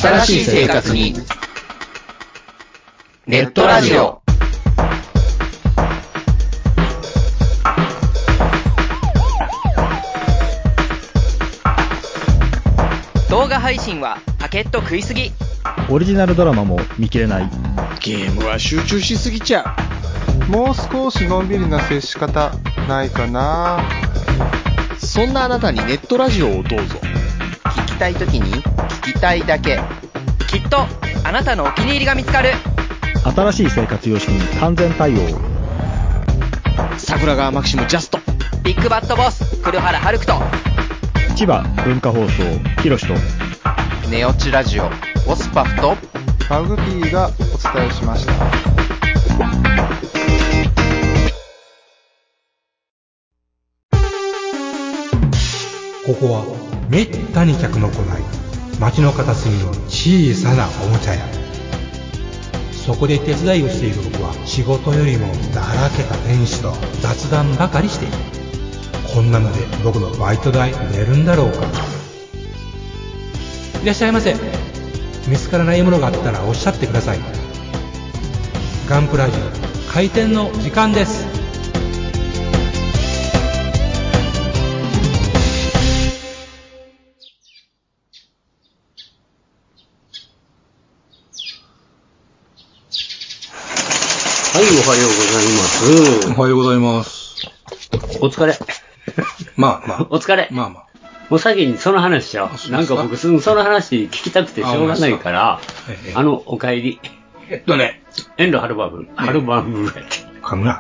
新しい生活にネットラジオ。 動画配信はパケット食いすぎ。 オリジナルドラマも見切れない。 ゲームは集中しすぎちゃう。もう少しのんびりな接し方ないかな。 そんなあなたにネットラジオをどうぞ。 聞きたいときに聞きたいだけ。きっとあなたのお気に入りが見つかる。 新しい生活様式に完全対応。 桜川マキシムジャスト。 ビッグバットボス黒原遥人。 千葉文化放送ひろしとネオチラジオオスパフとマグピーがお伝えしました。 ここはめったに客の来ない街の片隅の小さなおもちゃ屋。そこで手伝いをしている僕は仕事よりもだらけた店主と雑談ばかりしている。こんなので僕のバイト代出るんだろうか。いらっしゃいませ。見つからないものがあったらおっしゃってください。ガンプラジオ開店の時間です。 はい、おはようございます。 おはようございます。 お疲れ。 まあまあ。 お疲れ。 まあまあ。 もう先にその話しちゃおう。なんか僕すぐその話聞きたくてしょうがないから、お帰り。遠路はるばる。はるばるやって。 かむな。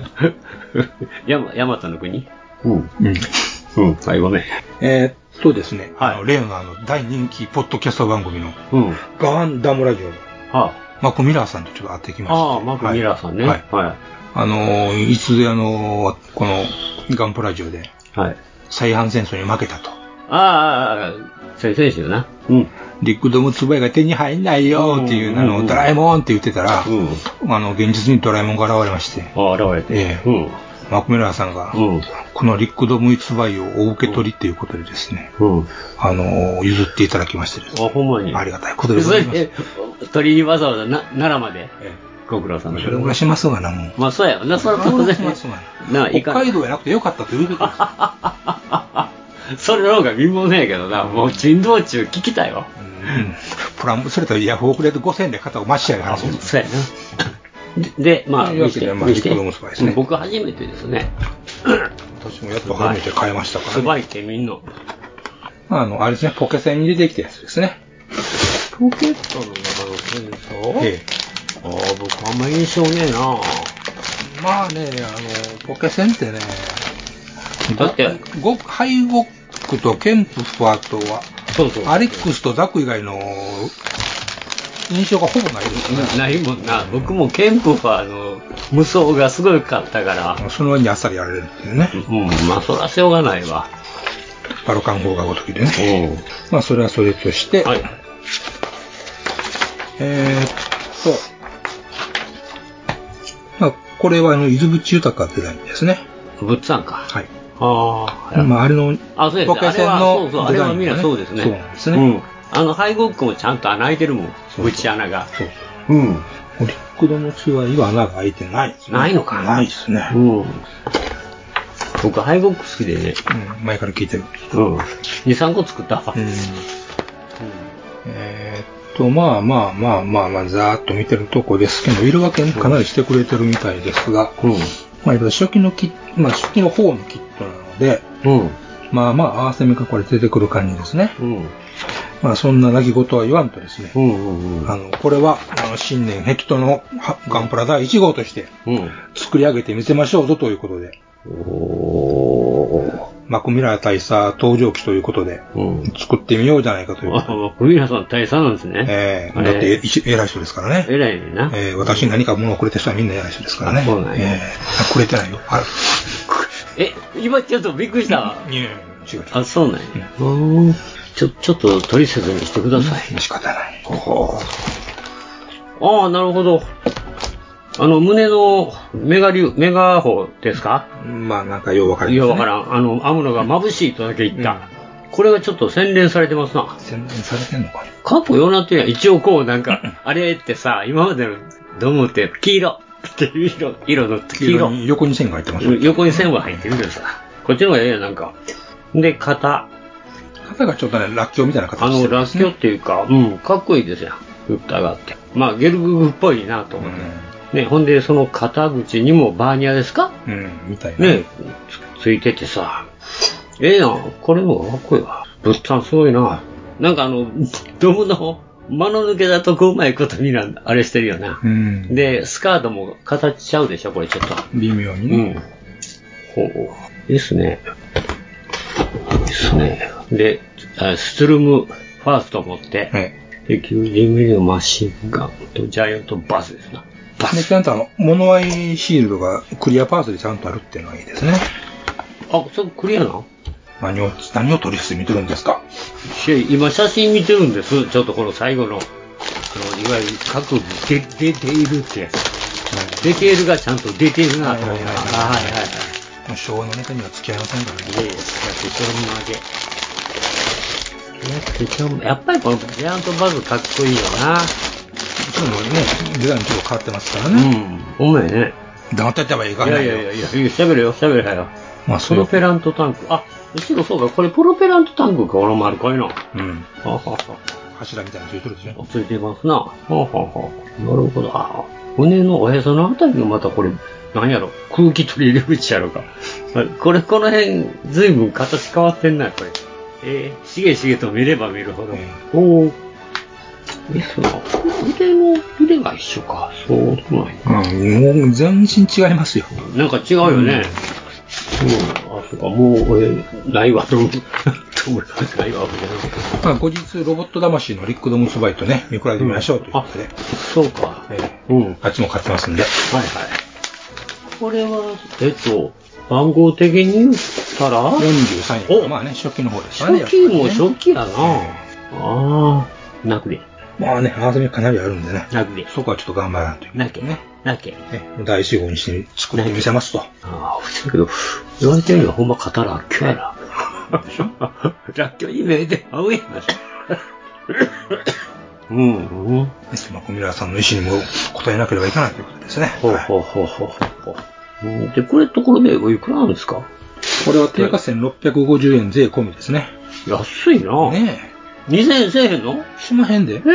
ヤマトの国？うん。はい、ごめん。 ですね。 はい。 例の大人気ポッドキャスト番組の、ガンダムラジオの、マクミラーさんとちょっと会ってきました。 ああ、マクミラーさんね。はい。 いつでこのガンプラジオで、再販戦争に負けたと。 ああ、先生ですよな。 リックドムツバイが手に入んないよっていう、ドラえもんって言ってたら、現実にドラえもんが現れまして。 現れて。 マクミラーさんが、このリックドムツバイをお受け取りっていうことでですね、譲っていただきましてですね。 あ、ほんまに。 ありがたいことでございます。 取りにわざわざ奈良まで。ご苦労さん。 それぐらいしますがな、もう。 まあ、そうやな、それは当然。 北海道やなくてよかったということです。それの方が貧乏ねやけどな、もう珍道中聞きたいわ。 それとヤフオクで5000円で肩をマッシャーや話です。 そうやな。で、まあ、見して。僕初めてですね。 私もやっと初めて買いましたからね。 スバイってみんな。 あれですね、ポケセンに出てきたやつですね。 ポケットの中の戦争？ああ、僕あんま印象ねえな。 まあね、ポケセンってね、 だって、 ハイゴックとケンプファーとは、アレックスとザク以外の印象がほぼないですね。 ないもんな。僕もケンプファーの無双がすごかったから。 その割にあっさりやられるっていうね。 まあそらしょうがないわ。 バルカン砲がごときでね。まあそれはそれとして、まあこれは伊豆淵豊デザインですね。 ぶっつぁんか。 はい。 まああれの、 ポケセンのデザイン、あれはみんなそうですね。 そうなんですね。 ハイゴックもちゃんと穴開いてるもん。内穴が。 リックドのツバイは穴が開いてないですね。 ないのかないですね。 僕ハイゴック好きでね。 前から聞いてる。 2、3個作った。 まあ、ざーっと見てるとこですけど、色分けかなりしてくれてるみたいですが、初期の方のキットなので、まあ合わせ目がこれ出てくる感じですね。まあそんな泣き言は言わんとですね、これは新年ヘキトのガンプラ第1号として作り上げてみせましょうぞということで、マクミラー大佐登場機ということで作ってみようじゃないかという。 マクミラーさん大佐なんですね。 だって偉い人ですからね。 偉いねな。 私に何か物をくれた人はみんな偉い人ですからね。 そうなんや。 くれてないよ。 今ちょっとびっくりした。 違う。 あ、そうなんや。ちょっと取説にしてください。 仕方ない。 ああ、なるほど。胸のメガ砲ですか？ まあなんかようわからん、ね。 ようわからん。アムロが眩しいとだけ言った。これがちょっと洗練されてますな。 洗練されてんのかかっこようなってるやん。一応こうなんか、あれってさ、今までのドームって黄色っていう色の黄色。 横に線が入ってます。 横に線は入ってるけどさ。こっちの方がええやん、なんか。で、肩がちょっとね、ラッキョウみたいな形してるんラッですね。 キョウっていうか、かっこいいですよ。フッタがあって。まあ、ゲルググっぽいなと思って。ね、ほんで、その肩口にもバーニアですか？ みたいな。 ね、ついててさ。ええやん。これもかっこいいわ。物産すごいな。なんかドムの間の抜けだとこうまいことみんな、あれしてるよな。で、スカートも形ちゃうでしょ、これちょっと。 微妙にね。 ほう。いいっすね。ですね。で、ストゥルムファーストを持って、で、90ミリのマシンガンとジャイアントバスですな。 バス。ちゃんと物合いシールドがクリアパーツでちゃんとあるっていうのがいいですね。 あ、それクリアな？ 何を取り見てるんですか？ 今写真見てるんです。ちょっとこの最後の、いわゆる各部出ているってやつ。ディテールがちゃんと出ているなと思って。 昭和のネタには付き合いませんからね。 やっぱりこのジャイアントバズかっこいいよな。 それもね、デザインちょっと変わってますからね。 ほんまやね。 黙ってやったらいいからね。 いや、喋れよ。まあ、プロペラントタンク。あ、後ろそうか、これプロペラントタンクか、俺もあるかいな。 柱みたいなのついてるでしょ。 ついてますな。なるほど。骨のおへそのあたりがまたこれ、何やろ、空気取り入れ口やろか。この辺、ずいぶん形変わってんな、これ。しげしげと見れば見るほど。いいっすな。腕が一緒か。そうでもない。 もう全身違いますよ。 なんか違うよね。そうか、もう、ないわ、ないわ、 後日、ロボット魂のリックドムスバイとね、見比べてみましょうということで。 そうか。 あっちも買ってますんで。 これは、番号的に言ったら ?43 円。まあね、初期の方ですからね。 初期も初期やな。なくで。 まあね、合わせ目かなりあるんでね。 なくで。 そこはちょっと頑張らないといけないね。 なけ。 大集合にして作ってみせますと。 不思議けど、言われてるのはほんま語らっきょやな。らっきょに目で合うやん。 小宮さんの意思にも答えなければいけないということですね。 で、これところでいくらなんですか？ これは定価1650円税込みですね。 安いな。 ねえ。2000円せえへんの？ しまへんで。 へ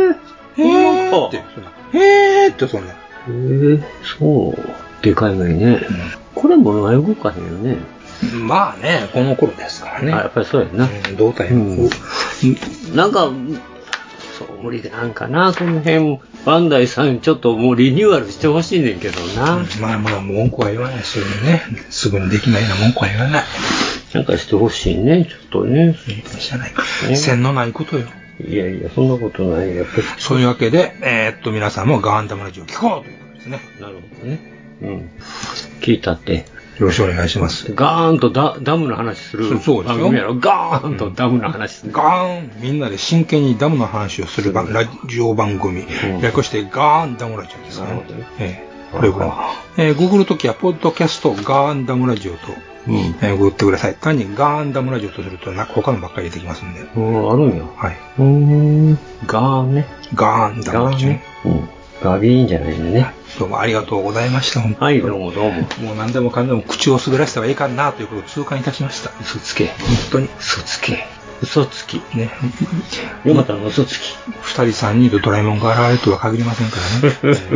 えってそんな。そう。でかいのにね。これも動かへんよね。 まあね、この頃ですからね。 やっぱりそうやな。 胴体も。 なんか、そう、無理なんかな、この辺。バンダイさん、ちょっともうリニューアルしてほしいねんけどな。 まあ文句は言わないですよね。すぐにできないような文句は言わない。 なんかしてほしいね、ちょっとね。 知らないか。線のないことよ。 いや、そんなことないよ。 そういうわけで、皆さんもガンダムラジオ聞こうということですね。 なるほどね。聞いたって。 よろしくお願いします。 ガーンとダムの話する番組やろ。ガーンとダムの話する。 ガーンみんなで真剣にダムの話をするラジオ番組。略してガーンダムラジオですからね。これは、ググるときはポッドキャストガーンダムラジオと、ググってください。単にガーンダムラジオとすると他のばっかり出てきますんで。 あるんや。 はい。 ガーンね。 ガーンダムラジオね。 ガビーンじゃないのね。 どうもありがとうございました。 はい、どうも。もう何でもかんでも口を滑らせたらいいかなということを痛感いたしました。 嘘つけ。 本当に。 嘘つき。 ね。 ヨマタの嘘つき。 2人3人とドラえもんが現れるとは限りませんからね。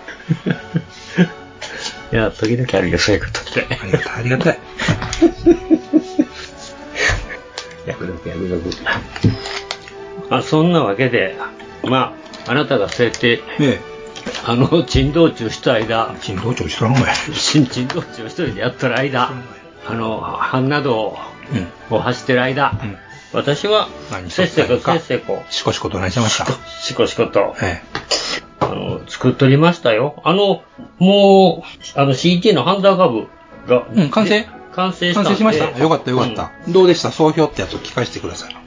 いや、時々あるよ、そういうことって。 ありがたい。 役読。そんなわけで、あなたがそうやって、珍道中した間、 珍道中したのかい。 珍道中一人でやってる間、半などを走ってる間、私は、せっせこ、 しこしこと何してました？ しこしこと、作っとりましたよ。もう、CT のハンダーカブが、 完成したんで。 しました。よかった。どうでした総評ってやつを聞かせてください。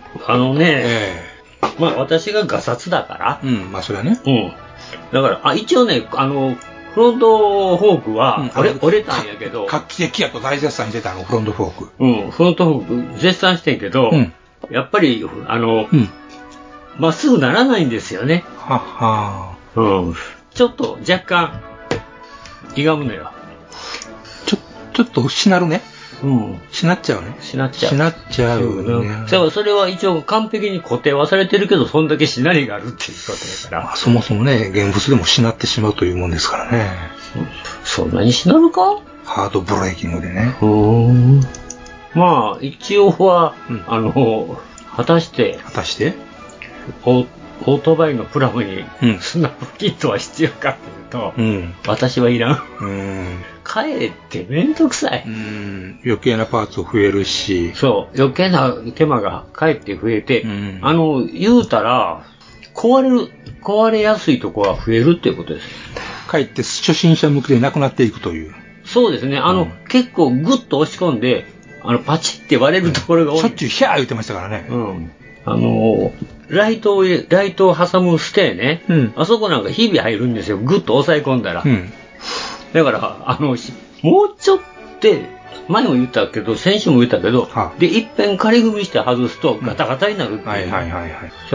私がガサツだから。 それはね。 だから、一応ね、フロントフォークは、折れたんやけど。 画期的やと大絶賛してたフロントフォーク。 フロントフォーク絶賛してんけど、やっぱり、 まっすぐならないんですよね。 はは。 うん。ちょっと若干、歪むのよ。 ちょっとしなるね。 うん。 しなっちゃうね。 しなっちゃう。 しなっちゃうね。 それは一応完璧に固定はされてるけど、そんだけしなりがあるっていうことだから。 そもそもね、現物でもしなってしまうというもんですからね。 そんなにしなるか？ ハードブレーキングでね。 まあ、一応は、果たしてオートバイのプラムにスナップキットは必要かっていうと、私はいらん。かえってめんどくさい。 余計なパーツ増えるし。 そう、余計な手間がかえって増えて、言うたら、壊れやすいところが増えるっていうことです。 かえって初心者向けでなくなっていくという。 そうですね。結構グッと押し込んで、パチって割れるところが多い。 しょっちゅうヒャー言ってましたからね。 ライトを挟むステーね。あそこなんかひび入るんですよ。グッと押さえ込んだら。だから、もうちょっと、前も言ったけど、先週も言ったけど、で、一遍仮組みして外すとガタガタになるっていう。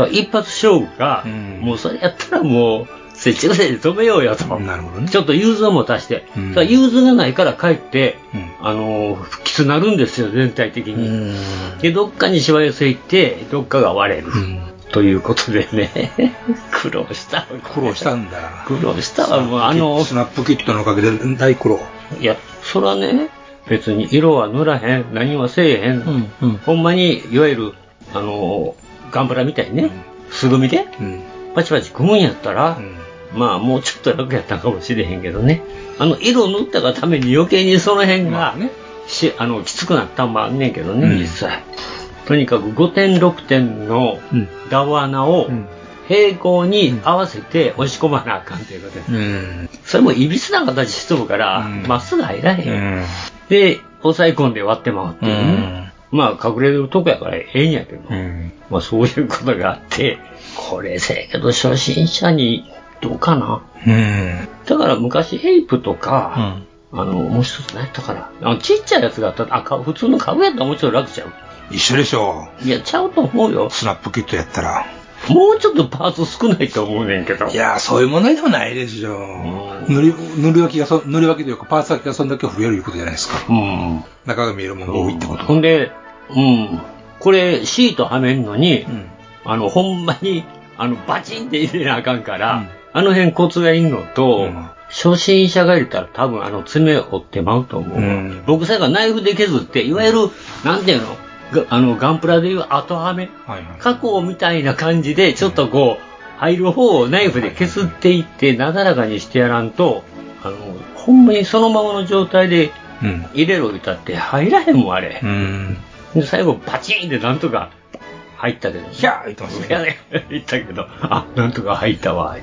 一発勝負が、もうそれやったらもう、接着剤で止めようよと。 なるほどね。 ちょっと融通を持たして。融通がないからかえって、きつなるんですよ、全体的に。で、どっかにしわ寄せいって、どっかが割れる。ということでね、苦労した。 苦労したんだ。 苦労したわ、もうスナップキットのおかげで大苦労。 いや、そらね、別に色は塗らへん、何はせえへん。ほんまに、いわゆる、ガンプラみたいにね、素組みで、パチパチ組むんやったら、まあ、もうちょっと楽やったかもしれへんけどね。色塗ったがために余計にその辺が、きつくなったんもあんねんけどね、実際。とにかく5点6点のダウ穴を平行に合わせて押し込まなあかんということで。それもいびつな形しとるから、まっすぐ入らへん。で、押さえ込んで割ってまうっていうね。まあ、隠れるとこやからええんやけど。まあ、そういうことがあって、これせやけど初心者にどうかな。だから昔ヘイプとか、もう一つ何やったかな。ちっちゃいやつがあったら、普通の株やったらもちろん楽ちゃう。 一緒でしょう。いや、ちゃうと思うよ。 スナップキットやったら。 もうちょっとパーツ少ないと思うねんけど。 いや、そういう問題でもないでしょ。塗り分けというか、パーツ分けがそんだけ増えるいうことじゃないですか。中が見えるものが多いってこと。 ほんで、これ、シートはめんのに、ほんまに、バチンって入れなあかんから、辺コツがいいのと、初心者が入れたら多分爪折ってまうと思う。僕さがナイフで削って、いわゆる、なんていうのガンプラでいう後はめ。加工みたいな感じで、ちょっとこう、入る方をナイフで削っていって、なだらかにしてやらんと、ほんまにそのままの状態で、入れろ言ったって入らへんもん、あれ。で、最後、パチンってなんとか入ったけど。 ヒャー言ってますね。 言ったけど、なんとか入ったわ、って。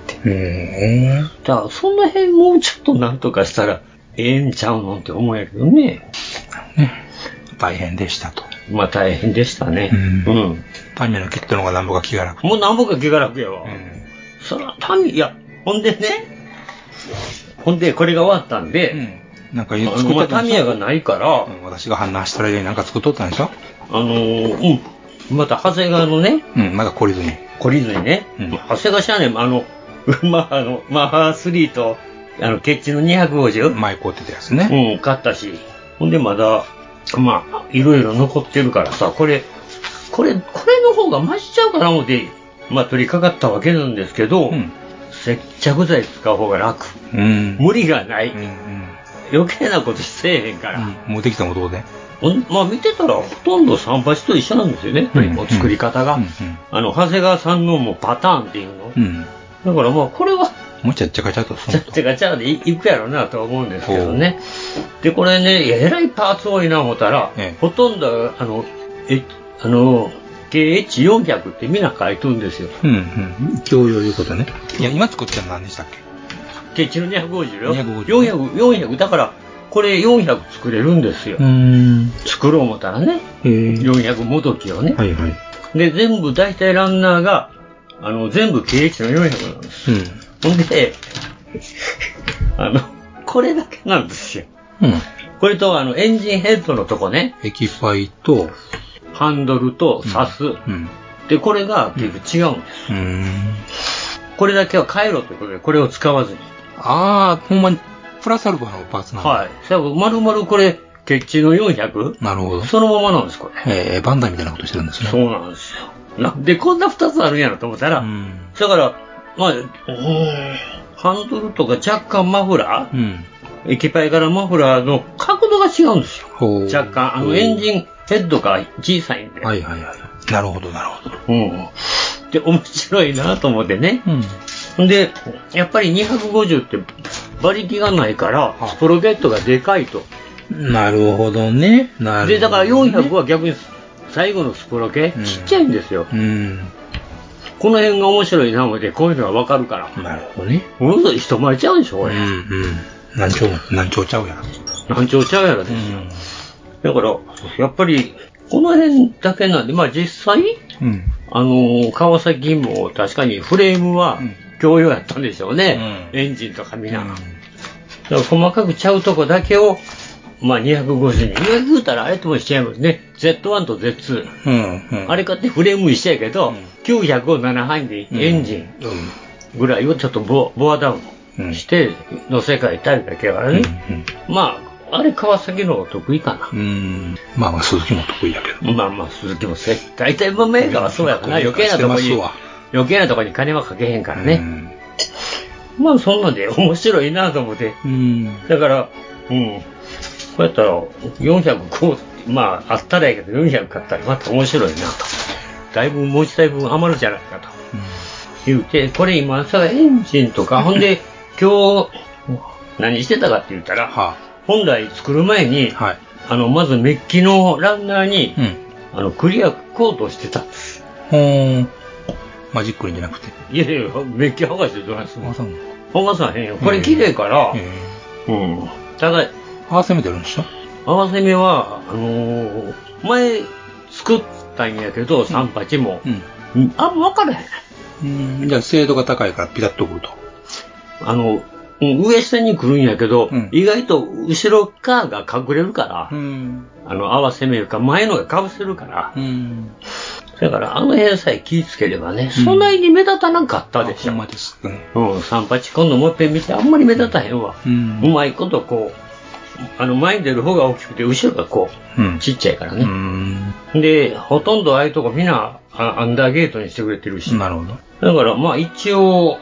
だから、その辺もうちょっとなんとかしたら、ええんちゃうのって思うんやけどね。 大変でしたと。 まあ大変でしたね。 タミヤのキットの方がなんぼか気が楽。 もうなんぼか気が楽やわ。そら、いや、ほんでこれが終わったんで、 なんか作ったんでしょ。 タミヤがないから、 私が話したらなんか作っとったんでしょ。 また長谷川のね、 まだ懲りずにね、長谷川しゃね、マッハ3と、ケッチの250。 前こうってたやつね。 買ったし。ほんでまだ、まあ、いろいろ残ってるからさ、これの方がマシちゃうかな思って、まあ取り掛かったわけなんですけど、接着剤使う方が楽。無理がない。余計なことせえへんから。 もうできたも同然。 まあ見てたらほとんど38と一緒なんですよね、作り方が。長谷川さんのもうパターンっていうの。だからまあこれは、 もうちゃっちゃかちゃと。 ちゃっちゃかちゃでいくやろうなとは思うんですけどね。で、これね、えらいパーツ多いな思ったら、ほとんど、KH400 ってみんな書いとるんですよ。 共用いうことね。いや、今作ってるの何でしたっけ？ KH の250よ。400。だから、これ400作れるんですよ。作ろう思ったらね。400もどきをね。で、全部、大体ランナーが、全部 KH の400なんです。ほんで、これだけなんですよ。これと、エンジンヘッドのとこね。 液パイと、 ハンドルとサス。 で、これが結局違うんです。これだけは変えろということで、これを使わずに。 ああ、ほんまに、プラスアルファのパーツなんだ。 はい。丸々これ、ケッチの 400? なるほど。 そのままなんです、これ。 バンダイみたいなことしてるんですね。 そうなんですよ。なんでこんな2つあるんやろと思ったら、だから、まあ、ハンドルとか若干マフラー、エキパイからマフラーの角度が違うんですよ。若干、エンジンヘッドが小さいんで。 はいはいはい。なるほど、なるほど。 で、面白いなと思ってね。で、やっぱり250って馬力がないから、スプロケットがでかいと。 なるほどね。 で、だから400は逆に最後のスプロケ、ちっちゃいんですよ。この辺が面白いな思って、こういうのがわかるから。 なるほどね。 ものすごい人前ちゃうでしょ、これ。 何兆ちゃうやろ。 何兆ちゃうやろですよ。だから、やっぱり、この辺だけなんで、まあ実際、川崎も確かにフレームは共用やったんでしょうね。エンジンとかみんな。だから細かくちゃうとこだけを、まあ250に。言うたらあれともしちゃいますね。Z1 と Z2。あれ買ってフレーム一緒やけど、900を7範囲でエンジンぐらいをちょっとボアダウンして乗せ替えたりだけやからね。まあ、あれ川崎の方が得意かな。 まあまあ鈴木も得意やけど。 まあまあ鈴木も大体メーカーはそうやからな。余計なとこに金はかけへんからね。まあそんなんで面白いなと思って。だから、こうやったら400こう、まああったらやけど400買ったらまた面白いなと。だいぶもう一台分余るじゃないかと。言うて、これ今さ、エンジンとか、ほんで今日何してたかって言ったら、本来作る前に、まずメッキのランナーに、クリアコートしてたんです。 マジックリンじゃなくて。 いやいや、メッキ剥がしてどないするの？剥がさへんよ。これ綺麗から、ただ、 合わせ目出るんでしょ？ 合わせ目は、前作ったんやけど、38も、あんま分からへん。じゃあ精度が高いからピタッとくると。 上下に来るんやけど、意外と後ろ側が隠れるから、合わせ目か前のが被せるから、だからあの辺さえ気ぃつければね、そんなに目立たなかったでしょ。 ほんまですね。 38今度もう一遍見てあんまり目立たへんわ。うまいことこう、前に出る方が大きくて後ろがこう、ちっちゃいからね。で、ほとんどああいうとこみんなアンダーゲートにしてくれてるし。 なるほど。 だからまあ一応、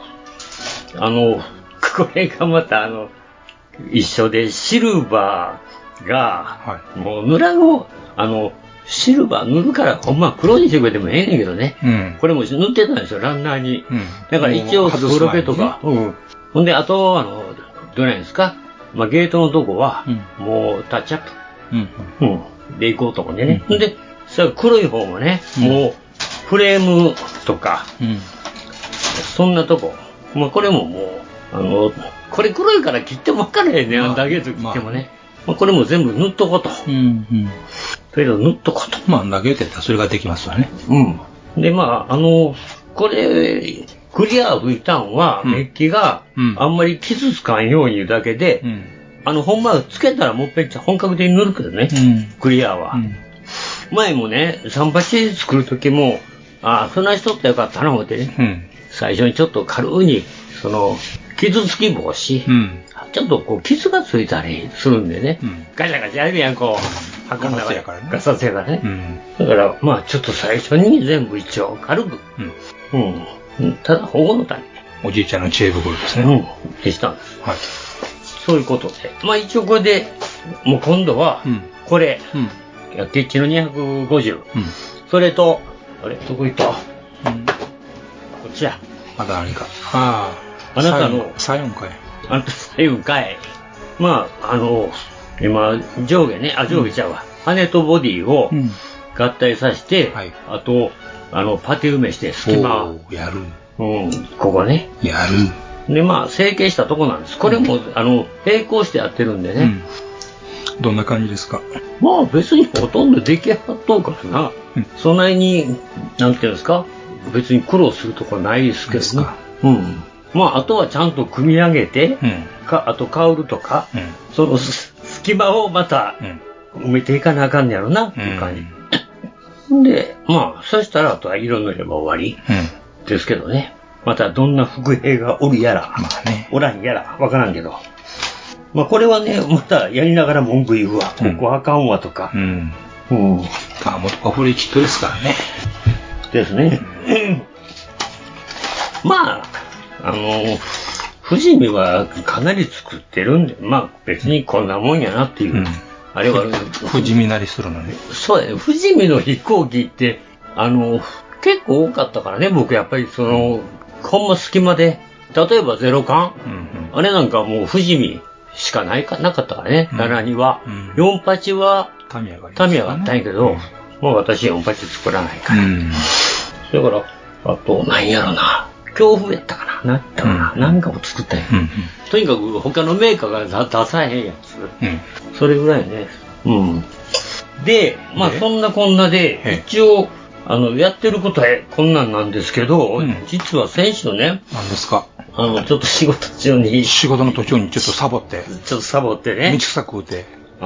これがまた一緒で、シルバーが、もう塗らん方、シルバー塗るから、ほんま黒にしてくれてもええねんけどね。これも塗ってたんですよ、ランナーに。だから一応、スプロケとか。ほんで、あと、どれですか、まあ、ゲートのとこは、もうタッチアップ。で行こうと思ってね。で、黒い方もね、もう、フレームとか、そんなとこ。まあ、これももう、これ黒いから切っても分からへんね、アンダーゲート切ってもね。まあ、これも全部塗っとこうと。とりあえず塗っとこうと。 まあ、アンダーゲートやったらそれができますわね。 で、まあ、これ、クリア吹いたんは、メッキがあんまり傷つかんように言うだけで、ほんまはつけたらもっぺん本格的に塗るけどね、クリアは。前もね、38作るときも、そんな人ってよかったな思ってね。最初にちょっと軽に、傷つき防止、ちょっとこう傷がついたりするんでね、ガチャガチャやるやん、こう、箱の中で。ガサツやからね。だから、まあちょっと最初に全部一応軽く、ただ保護のために。 おじいちゃんの知恵袋ですね。 でしたんです。そういうことで。まあ一応これで、もう今度は、これ、ケッチの250、それと、あれどこ行ったこっちや。 まだ何か。 あなたの、 サイオンかい。 あなたサイオンかい。まあ、今、上下ね、上下ちゃうわ。羽とボディを合体させて、あと、パテ埋めして、隙間を。 やる。 ここね。 やる。 で、まあ、成形したとこなんです。これも、並行してやってるんでね。 どんな感じですか？ まあ、別にほとんど出来上がっとうからな。そんなに、なんていうんですか、別に苦労するとこないですけどね。まあ、あとはちゃんと組み上げて、あとカウルとか、その隙間をまた埋めていかなあかんねやろな、っていう感じ。 で、まあ、そしたら、あとは色塗れば終わり。ですけどね。また、どんな副兵がおるやら、おらんやら、わからんけど。まあ、これはね、またやりながら文句言うわ。ここあかんわとか。 元はフリーキットですからね。 ですね。まあ、富士見はかなり作ってるんで、まあ別にこんなもんやなっていう。あれは、 富士見なりするのね。 そうやね。富士見の飛行機って、結構多かったからね、僕やっぱりほんま隙間で、例えばゼロ艦、あれなんかもう富士見しかなかったからね、72は。48は、タミヤがあったんやけど、もう私48作らないから。だから、あと、なんやろな。恐怖やったかななんかを作ったんや。とにかく他のメーカーが出さへんやつ。それぐらいね。で、まあそんなこんなで、一応、やってることはこんなんなんですけど、実は先週ね。 何ですか？ ちょっと仕事中に。 仕事の途中にちょっとサボって。 ね。 道草食うて。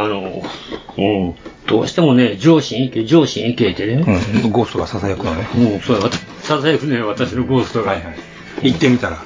どうしてもね、上心行けってね。 ゴーストが囁くのね。 そうや、囁くね、私のゴーストが。 行ってみたら。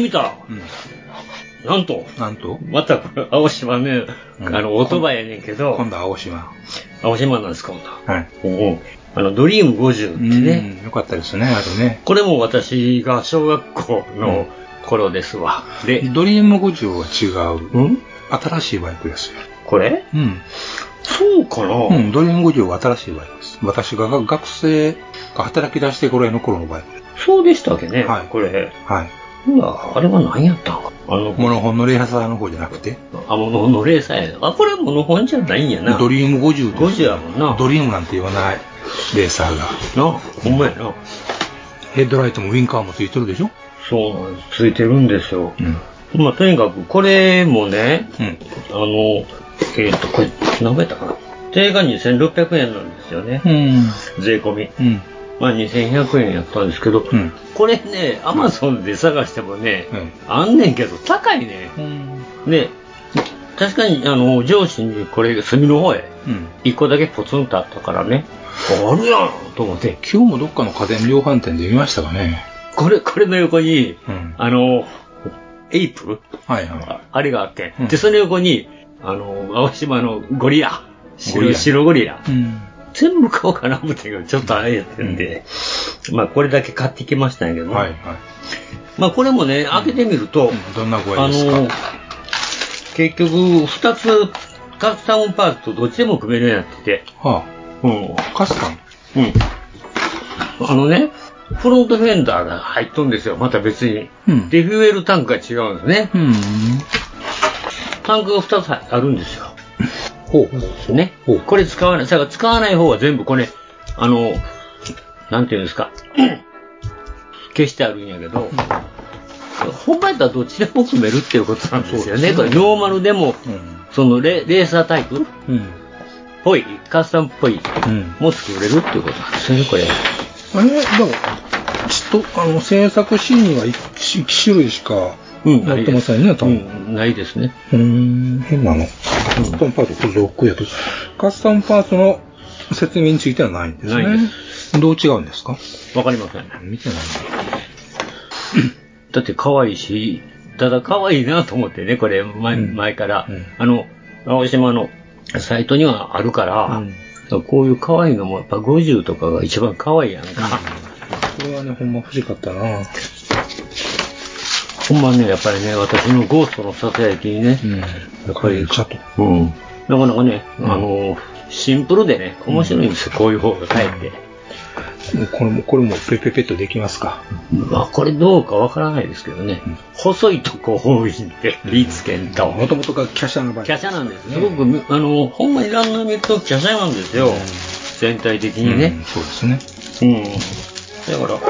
なんとまた、青島ね、オートバイやねんけど。 今度は青島なんですか、今度。ドリーム50ってね。 よかったですね、あれね。 これも私が小学校の頃ですわ。 で、ドリーム50は違う。新しいバイクですよ。 これ？そうかな？ ドリーム50は新しいバイクです。私が学生が働き出してぐらいの頃のバイクです。 そうでしたっけね、これ。あれは何やったんか。 モノホンのレーサーの方じゃなくて。 モノホンのレーサーや。これはモノホンじゃないんやな。 ドリーム50です。 50やもんな。 ドリームなんて言わない。レーサーが。 ほんまやな。 ヘッドライトもウィンカーもついてるでしょ？ そうなんです。ついてるんですよ。まあ、とにかく、これもね、これ、何倍やったかな。定価2600円なんですよね。税込み。まあ、2100円やったんですけど、これね、アマゾンで探してもね、あんねんけど、高いね。で、確かに、上司にこれ、隅の方へ、一個だけポツンとあったからね、あるやんと思って。 今日もどっかの家電量販店で見ましたかね。 これの横に、エイプあれがあって、で、その横に、青島のゴリラ、白ゴリラ。全部買おうかな思ったけど、ちょっとあれやってんで、まあこれだけ買ってきましたんやけど、まあこれもね、開けてみると、 どんな具合ですか？ 結局、2つカスタムパーツとどっちでも組めるようになってて、 カスタム？ フロントフェンダーが入っとんですよ、また別に。で、フューエルタンクが違うんですね。タンクが2つあるんですよ。ね。これ使わない。使わない方は全部これ、なんていうんですか。消してあるんやけど、本番やったらどっちでも組めるっていうことなんですよね。これノーマルでも、レーサータイプぽい、カスタムっぽい、も作れるっていうことなんですよね、これ。 でも、制作シーンには1種類しか載ってませんね、多分。 ないですね。 変なの。カスタムパーツ、これ6やけど、カスタムパーツの説明についてはないんですね。ないです。どう違うんですか？ わかりません。 見てないんだって可愛いし、ただ可愛いなと思ってね、これ、前から、青島のサイトにはあるから、こういう可愛いのもやっぱ50とかが一番可愛いやんか。 これはね、ほんま欲しかったな。 ほんまね、やっぱりね、私のゴーストのささやきにね、やっぱり、なかなかね、シンプルでね、面白いんですよ、こういう方がかえって。 これもペペペッとできますか？ まあ、これどうかわからないですけどね。細いとこ多いんで、リーツケンと。 もともとが華奢な場合。 華奢なんです。すごく、ほんまにランナー見ると華奢なんですよ。全体的にね。 そうですね。 だから、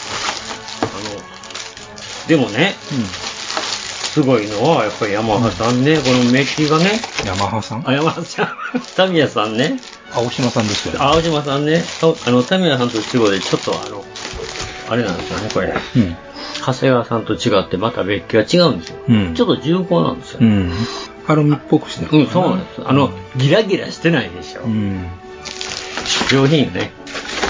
でもね、すごいのは、やっぱりヤマハさんね、このメッキがね。 ヤマハさん？ ヤマハさん。タミヤさんね。 青島さんですよね。 青島さんね。タミヤさんと違うで、ちょっとあれなんですよね、これ。長谷川さんと違って、またメッキが違うんですよ。ちょっと重厚なんですよ。 アルミっぽくしてる。 そうなんです。ギラギラしてないでしょ。上品よね。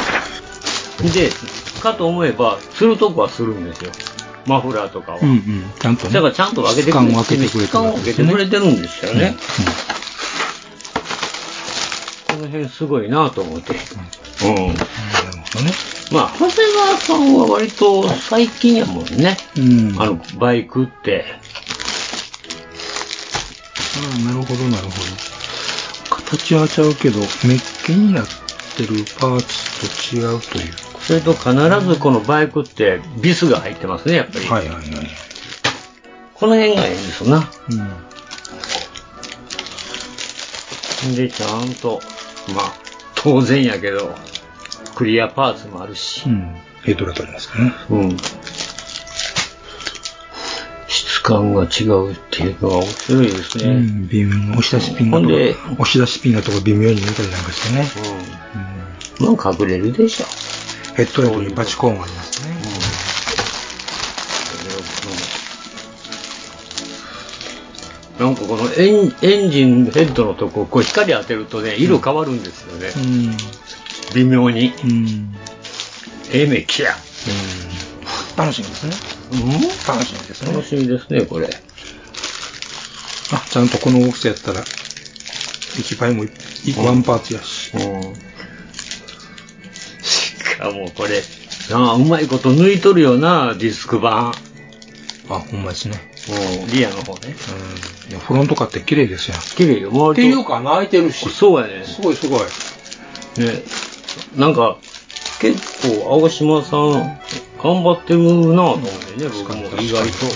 で、かと思えば、するとこはするんですよ。マフラーとかは。 うんうん。ちゃんとね。 だからちゃんと分けてくれてる。 質感を分けてくれてるんですね。 この辺すごいなと思って。うん。なるほどね。まあ、長谷川さんは割と最近やもんね。バイクって。 なるほど、なるほど。形はちゃうけど、メッキになってるパーツと違うという。 それと必ずこのバイクってビスが入ってますね、やっぱり。はいはいはい。この辺がいいんですよな。で、ちゃんと、まあ、当然やけど、クリアパーツもあるし。 ヘッドラ取りますかね。 質感が違うっていうのは面白いですね。 微妙に押し出しピンがとか微妙に見たりなんかしてね。 まあ隠れるでしょ。 ヘッドライトにバチコーンがありますね。 なんかこのエンジンヘッドのとこ、こう光当てるとね、色変わるんですよね。微妙に。メキや。 楽しみですね。楽しみですね。 楽しみですね、これ。 ちゃんとこの大きさやったら、液パイもワンパーツやし。 しかもこれ、うまいこと抜いとるよな、ディスク版。 ほんまですね。 リアの方ね。 フロントカって綺麗ですよ。 綺麗よ。 っていうか穴開いてるし。 そうやね。 すごいすごい。 ね、なんか、結構青島さん、頑張ってるなぁと思ってね、僕も意外と。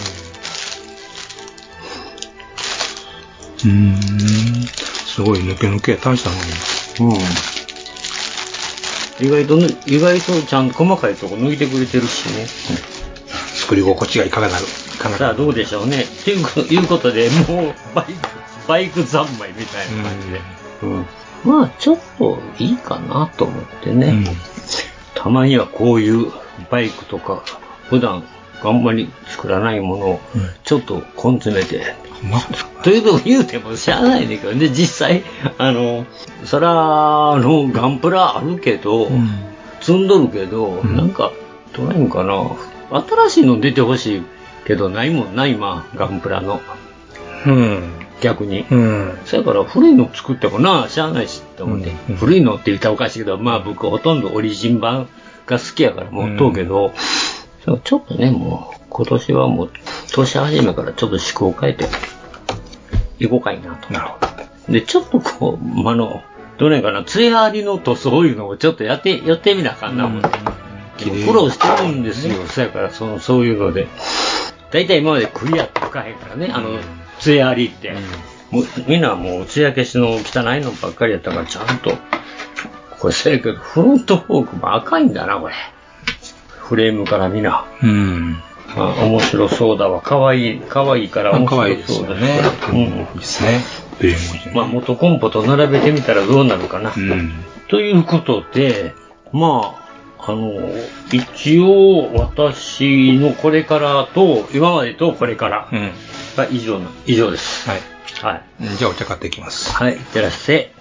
すごい抜け抜け大したのに。 意外とちゃんと細かいとこ抜いてくれてるしね。 作り心地がいかがなるさあどうでしょうね。ということで、もうバイク三昧みたいな感じで。まあちょっといいかなと思ってね。たまにはこういうバイクとか、普段あんまり作らないものをちょっと根詰めて、というのを言うてもしゃあないねんけどね、実際、そら、ガンプラあるけど、積んどるけど、なんか、どうなんかな、新しいの出てほしいけど、ないもんな、今、ガンプラの。逆に。そやから古いの作ってもな、しゃあないしって思って、古いのって言ったらおかしいけど、まあ僕ほとんどオリジン版が好きやから持っとうけど、ちょっとね、もう、今年はもう、年始めからちょっと思考を変えて、いこうかいなと。なるほど。で、ちょっとこう、どれかな、ツヤありの塗装いうのをちょっとやってみなあかんな思って。苦労してるんですよ、そやからそういうので。だいたい今までクリアって書かへんからね、ツヤありって。みんなもう、艶消しの汚いのばっかりやったから、ちゃんと、これせやけど、フロントフォークも赤いんだな、これ。フレームからみんな。面白そうだわ。かわいいから面白そうだね。 いいですね。 まあ、元コンポと並べてみたらどうなるかな。ということで、まあ、一応、私のこれからと、今までとこれからが以上です。 はい。はい。じゃあお茶買っていきます。 はい。いってらっしゃい。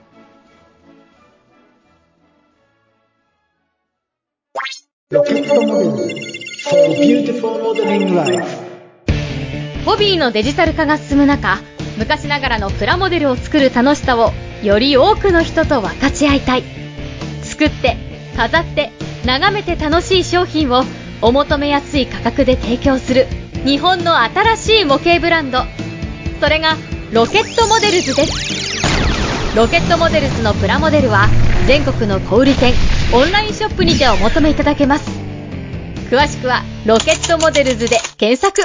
ロケットモデル for beautiful modeling life。 ホビーのデジタル化が進む中、昔ながらのプラモデルを作る楽しさをより多くの人と分かち合いたい。作って飾って眺めて楽しい商品をお求めやすい価格で提供する日本の新しい模型ブランド、それがロケットモデルズです。ロケットモデルズのプラモデルは全国の小売店、オンラインショップにてお求めいただけます。詳しくはロケットモデルズで検索。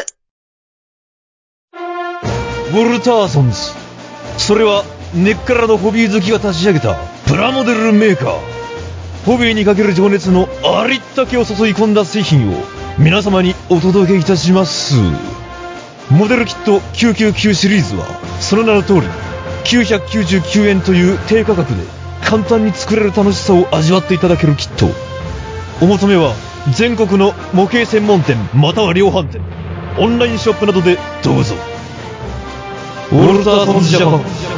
ウォルターソンズ、それは根っからのホビー好きが立ち上げたプラモデルメーカー。ホビーにかける情熱のありったけを注い込んだ製品を皆様にお届けいたします。モデルキット999シリーズはその名の通り999円という低価格で簡単に作れる楽しさを味わっていただけるキット。お求めは全国の模型専門店または量販店、オンラインショップなどでどうぞ。ウォルターソンズジャパン。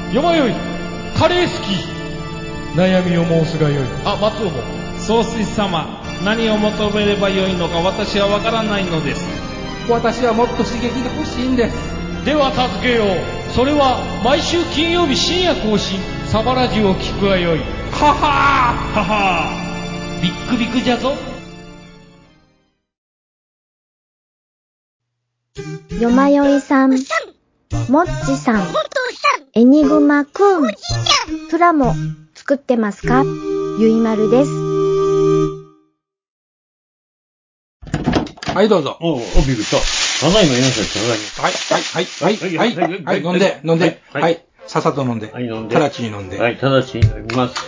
よまよい、カレー好き。悩みを申すがよい。あ、松尾も。 総帥様、何を求めればよいのか私はわからないのです。 私はもっと刺激が欲しいんです。では助けよう。それは毎週金曜日深夜更新、サバラジュを聞くがよい。ははーははー、ビックビックじゃぞ。 よまよいさん、もっちさん、エニグマくん、プラモ作ってますか？ゆいまるです。 はい、どうぞ。 びっくりした。ただいまいなさい、 はい、飲んで。はい、さっさと飲んで。 はい、飲んで。 直ちに飲んで。 はい、直ちに飲みます。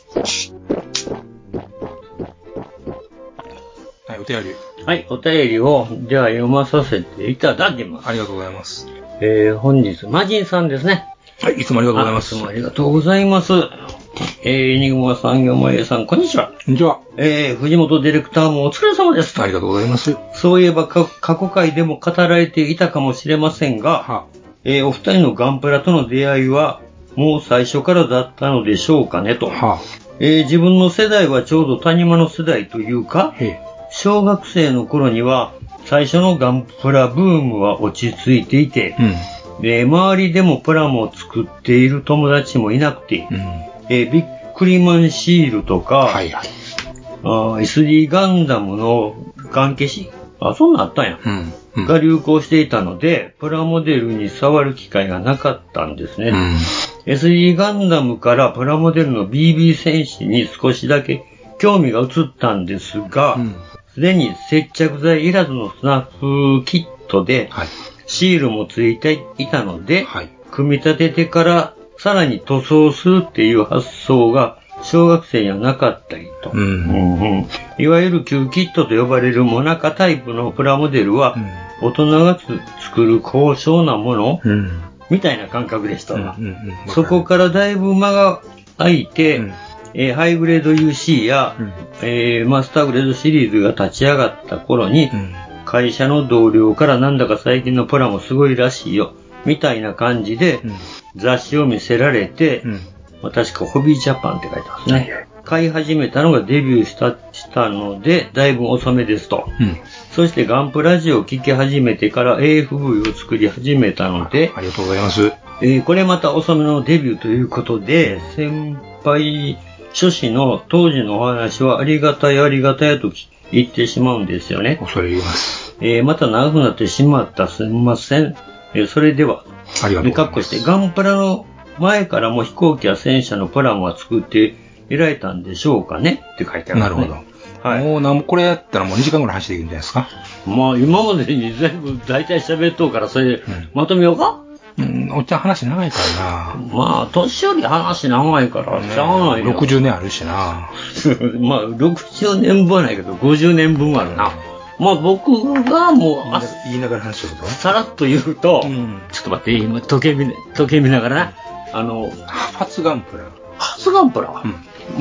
はい、お便り。 はい、お便りを、じゃあ読まさせていただきます。 ありがとうございます。 本日、マジンさんですね。 はい、いつもありがとうございます。 いつもありがとうございます。エニグマさん、よまえさん、こんにちは。 こんにちは。 藤本ディレクターもお疲れ様です。 ありがとうございます。 そういえば過去回でも語られていたかもしれませんが、お二人のガンプラとの出会いは、もう最初からだったのでしょうかねと。自分の世代はちょうど谷間の世代というか、小学生の頃には、最初のガンプラブームは落ち着いていて、で周りでもプラモを作っている友達もいなくて、ビックリマンシールとか、SD ガンダムのガン消し、そんなんあったんや、が流行していたので、プラモデルに触る機会がなかったんですね。SD ガンダムからプラモデルの BB 戦士に少しだけ興味が移ったんですが、すでに接着剤いらずのスナップキットで、シールもついていたので、組み立ててからさらに塗装するっていう発想が小学生にはなかったりと。いわゆる旧キットと呼ばれるモナカタイプのプラモデルは、大人が作る高尚なもの、みたいな感覚でしたが、そこからだいぶ間が空いて、ハイグレード UC や、マスターグレードシリーズが立ち上がった頃に、会社の同僚からなんだか最近のプラもすごいらしいよ、みたいな感じで、雑誌を見せられて、確かホビージャパンって書いてますね。買い始めたのがデビューしたので、だいぶ遅めですと。そしてガンプラジオを聴き始めてから AFV を作り始めたので、 ありがとうございます。 これまた遅めのデビューということで、先輩諸子の当時のお話はありがたいと言ってしまうんですよね。 恐れ入ります。 また長くなってしまったすみません。それでは、 ありがとうございます。 かっこして、ガンプラの前からも飛行機や戦車のプラモは作っていられたんでしょうかねって書いてあるんですね。 なるほど。もうこれやったらもう2時間ぐらい走っていくんじゃないですか。 まあ今までに全部大体喋っとうから、それでまとめようか。 おっちゃん話長いからな。 まあ年寄り話長いからしゃあないよ。 60年あるしな。 まあ60年分はないけど50年分はあるな。まあ僕がもう言いながら話してるとさらっと言うと、ちょっと待って今時計見ながらな。 初ガンプラ初ガンプラは、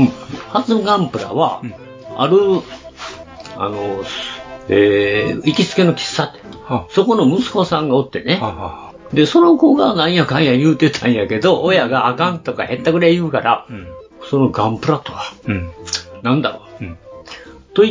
ある行きつけの喫茶店、そこの息子さんがおってね、でその子がなんやかんや言うてたんやけど、親があかんとかへったくれ言うから、そのガンプラとは、なんだろう、と言って、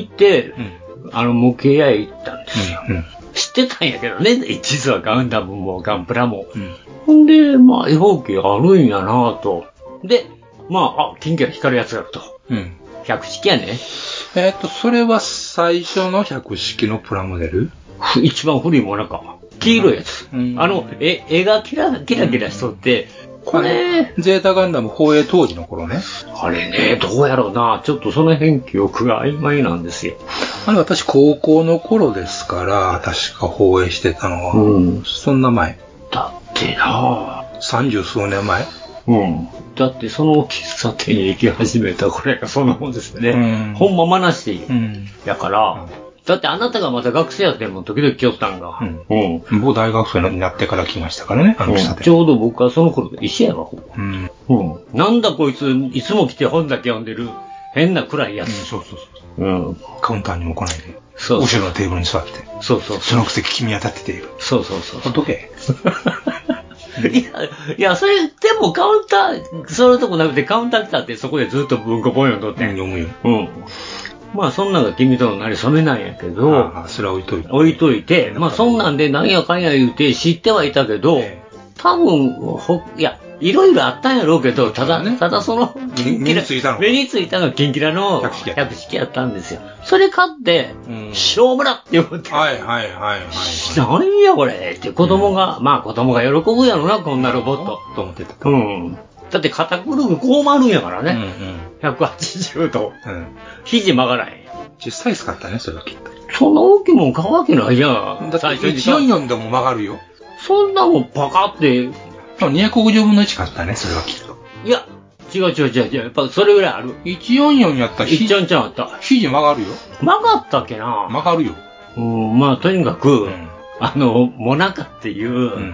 模型屋へ行ったんですよ。知ってたんやけどね、実はガンダムもガンプラも。ほんで、まあ、絵本機あるんやなぁと。で、まあ、キンキラ光るやつがあると。100式やね。 それは最初の100式のプラモデル？ 一番古いもんなんか、黄色いやつ。絵がキラキラしとって、これ、 ゼータガンダム放映当時の頃ね。 あれね、どうやろうな。ちょっとその辺記憶が曖昧なんですよ。 私高校の頃ですから、確か放映してたのは、そんな前。 だってな 30数年前。 だってその喫茶店に行き始めたこれがそんなもんですね。ほんままなし。やから、だってあなたがまた学生やっても時々来よったんが。 僕大学生になってから来ましたからね、 ちょうど僕はその頃と一緒やわ。なんだこいつ、いつも来て本だけ読んでる変な暗いやつ。 カウンターにも来ないで。後ろのテーブルに座って。そのくせ君当たってている。 ほっとけ。 いや、それ、でもカウンター、そういうとこなくてカウンター来たってそこでずっと文庫本読んどってん。 読むよ。 うん。まあ、そんなんが君とのなりそめなんやけど、 それは置いといて。 置いといて、まあ、そんなんでなんやかんや言うて知ってはいたけど、多分、いや、いろいろあったんやろうけど、ただその、 目についたのがキンキラの百式やったんですよ。それ買って、しょうもなって思って。 はい。 何やこれって子供が、まあ子供が喜ぶやろな、こんなロボット。 と思ってた。 うん。だって肩ぐるぐるこう回るんやからね。180度。肘曲がらへん。 小さい使ったね、それはきっと。 そんな大きいもん買うわけないやん。 だって144でも曲がるよ。 そんなもんパカって。 250分の1買ったね、それはきっと。 いや、違う。やっぱそれぐらいある。 144やったらちょんちょんあった。 肘曲がるよ。 曲がったっけな。 曲がるよ。 まあとにかく、モナカっていう、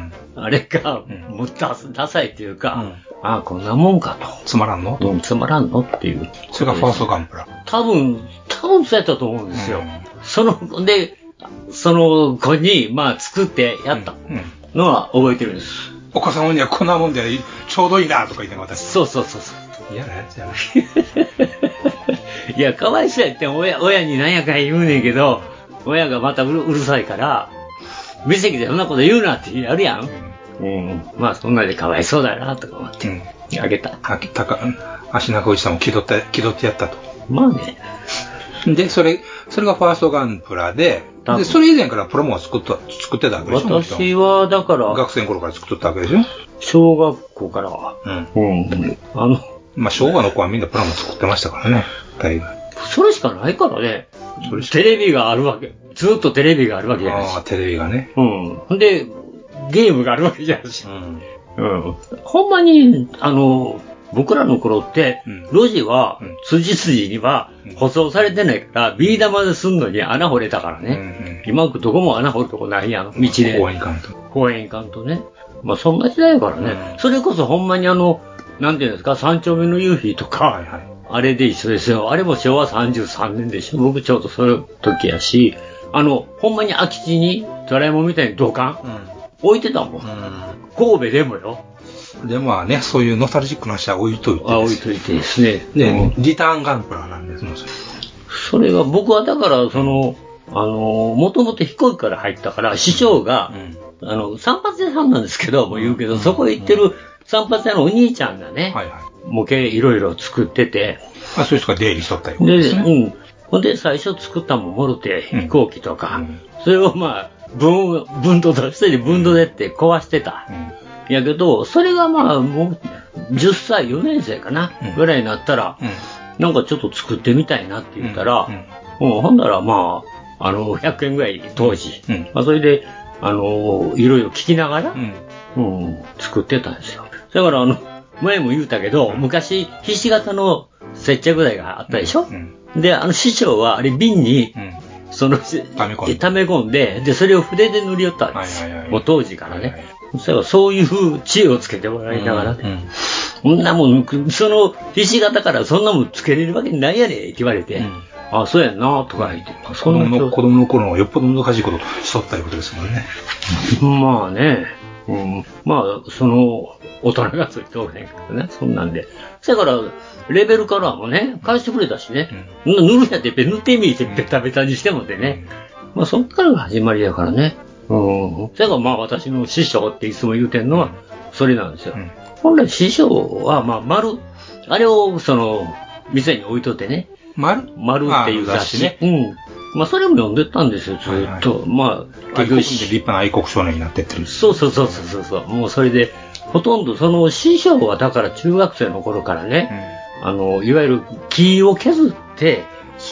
あれが、もうダサいっていうか、こんなもんかと。 つまらんのつまらんのっていう。 それがファーストガンプラ。 多分そうやったと思うんですよ。その子に、まあ作ってやったのは覚えてるんです。 お子様にはこんなもんでちょうどいいなとか言って私。 そう。 嫌なやつやな。 いや、かわいそうやって親に何やかん言うねんけど、親がまたうるさいから、無責でそんなこと言うなってやるやん。まあそんなでかわいそうだなとか思って、あげた。 足中おじさんも気取ってやったと。 まあね。 で、それがファーストガンプラで、それ以前からプロモを作ってたわけでしょ。 私はだから学生の頃から作っとったわけでしょ。 小学校からは。 まあ昭和の子はみんなプロモ作ってましたからね。 それしかないからね。テレビがあるわけ。ずっとテレビがあるわけじゃないし。 テレビがね。 で、ゲームがあるわけじゃないし。ほんまに、僕らの頃って、路地は、筋には、舗装されてないから、ビー玉ですんのに穴掘れたからね。今どこも穴掘るとこないやん、道で。 公園行かんとね。まあ、そんな時代やからね。それこそほんまになんていうんですか、三丁目の夕日とか、あれで一緒ですよ。あれも昭和33年でしょ。僕ちょうどその時やし、ほんまに空き地に、ドラえもんみたいに土管、置いてたもん。神戸でもよ。 で、まあね、そういうノスタルジックな人は置いといて。 置いといてですね。 リターンガンプラなんですそれが、僕はだから、もともと飛行機から入ったから、師匠が、散髪屋さんなんですけど、もう言うけど、そこへ行ってる散髪屋のお兄ちゃんがね、模型いろいろ作ってて。 そういう人が出入りしとったよ。 ほんで、最初作ったもんもろて、飛行機とか、それをまあ、分度として分度でって壊してた。やけど、それがまあ、もう、10歳、4年生かな、ぐらいになったら、なんかちょっと作ってみたいなって言ったら、ほんならまあ、100円ぐらい当時。まあ、それで、いろいろ聞きながら、作ってたんですよ。だから前も言うたけど、昔、ひし形の接着剤があったでしょ、で、師匠はあれ瓶に、溜め込んで、で、それを筆で塗り寄ったんですよ。もう当時からね。そういう知恵をつけてもらいながらね。そんなもん、ひし形からそんなもんつけれるわけないやねって言われて、そうやんなとか言って。 子供の頃はよっぽど難しいことしとったいうことですもんね。 まあね。まあ、大人がついておれへんからね、そんなんで。だから、レベルカラーもね、返してくれたしね。塗るんやって塗ってみてベタベタにしてもってね。まあ、そっからが始まりやからね。それがまあ、私の師匠っていつも言うてんのは、それなんですよ。本来師匠は、まあ、あれを、店に置いとってね。丸っていう雑誌ね。まあ、それも読んでたんですよ、ずっと。まあ、 結局、立派な愛国少年になってってる。 そう。もうそれで、ほとんど師匠はだから中学生の頃からね、いわゆる木を削って、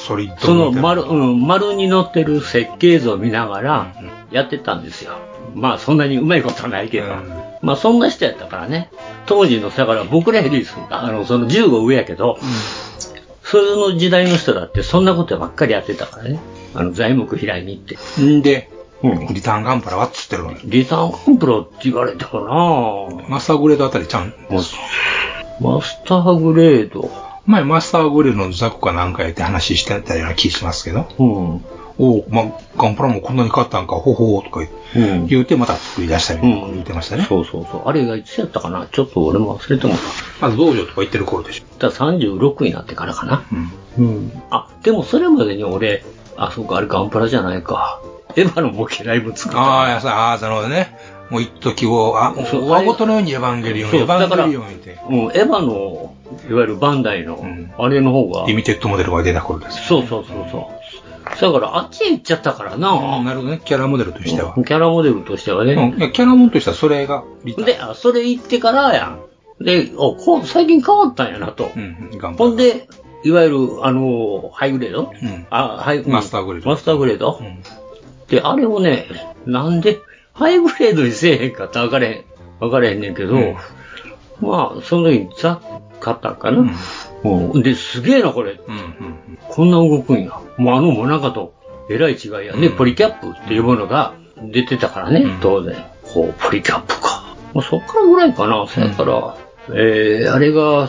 丸に乗ってる設計図を見ながらやってたんですよ。まあそんなにうまいことはないけど。まあそんな人やったからね。当時の、だから僕らより、15上やけど、その時代の人だってそんなことばっかりやってたからね。材木平井に行って。 で、リターンガンプラはっつってるのよ。 リターンガンプラって言われたかな。 マスターグレードあたりちゃん。 マスターグレード。 前マスターグレードのザクかなんかやって話してたような気しますけど。ガンプラもこんなに変わったんか、ほほーとか言うてまた作り出したみたいなこと言ってましたね。 そう。あれがいつやったかな、ちょっと俺も忘れてもまず道場とか言ってる頃でしょ。 だから36になってからかな。でもそれまでに俺、そうか、あれガンプラじゃないか。エヴァの模型ライブ作った。 なるほどね。もう一時を、大ごとのようにエヴァンゲリオン言って。 エヴァの、いわゆるバンダイの、あれの方が。 リミテッドモデルが出た頃です。 そう。だからあっちへ行っちゃったからな。 なるほどね。キャラモデルとしては。 キャラモデルとしてはね。 キャラモデルとしてはそれがで、それ行ってからやん。で、最近変わったんやなと。ほんで、いわゆる、ハイグレードマスターグレード。 マスターグレードで、あれをね、なんで、ハイグレードにせえへんかって分かれへんねんけど、まあ、その時に買ったんかな。で、すげえな、これ。こんな動くんや。もうもなかと、えらい違いやね。ポリキャップっていうものが出てたからね、当然。ポリキャップか。そっからぐらいかな。そやから、あれが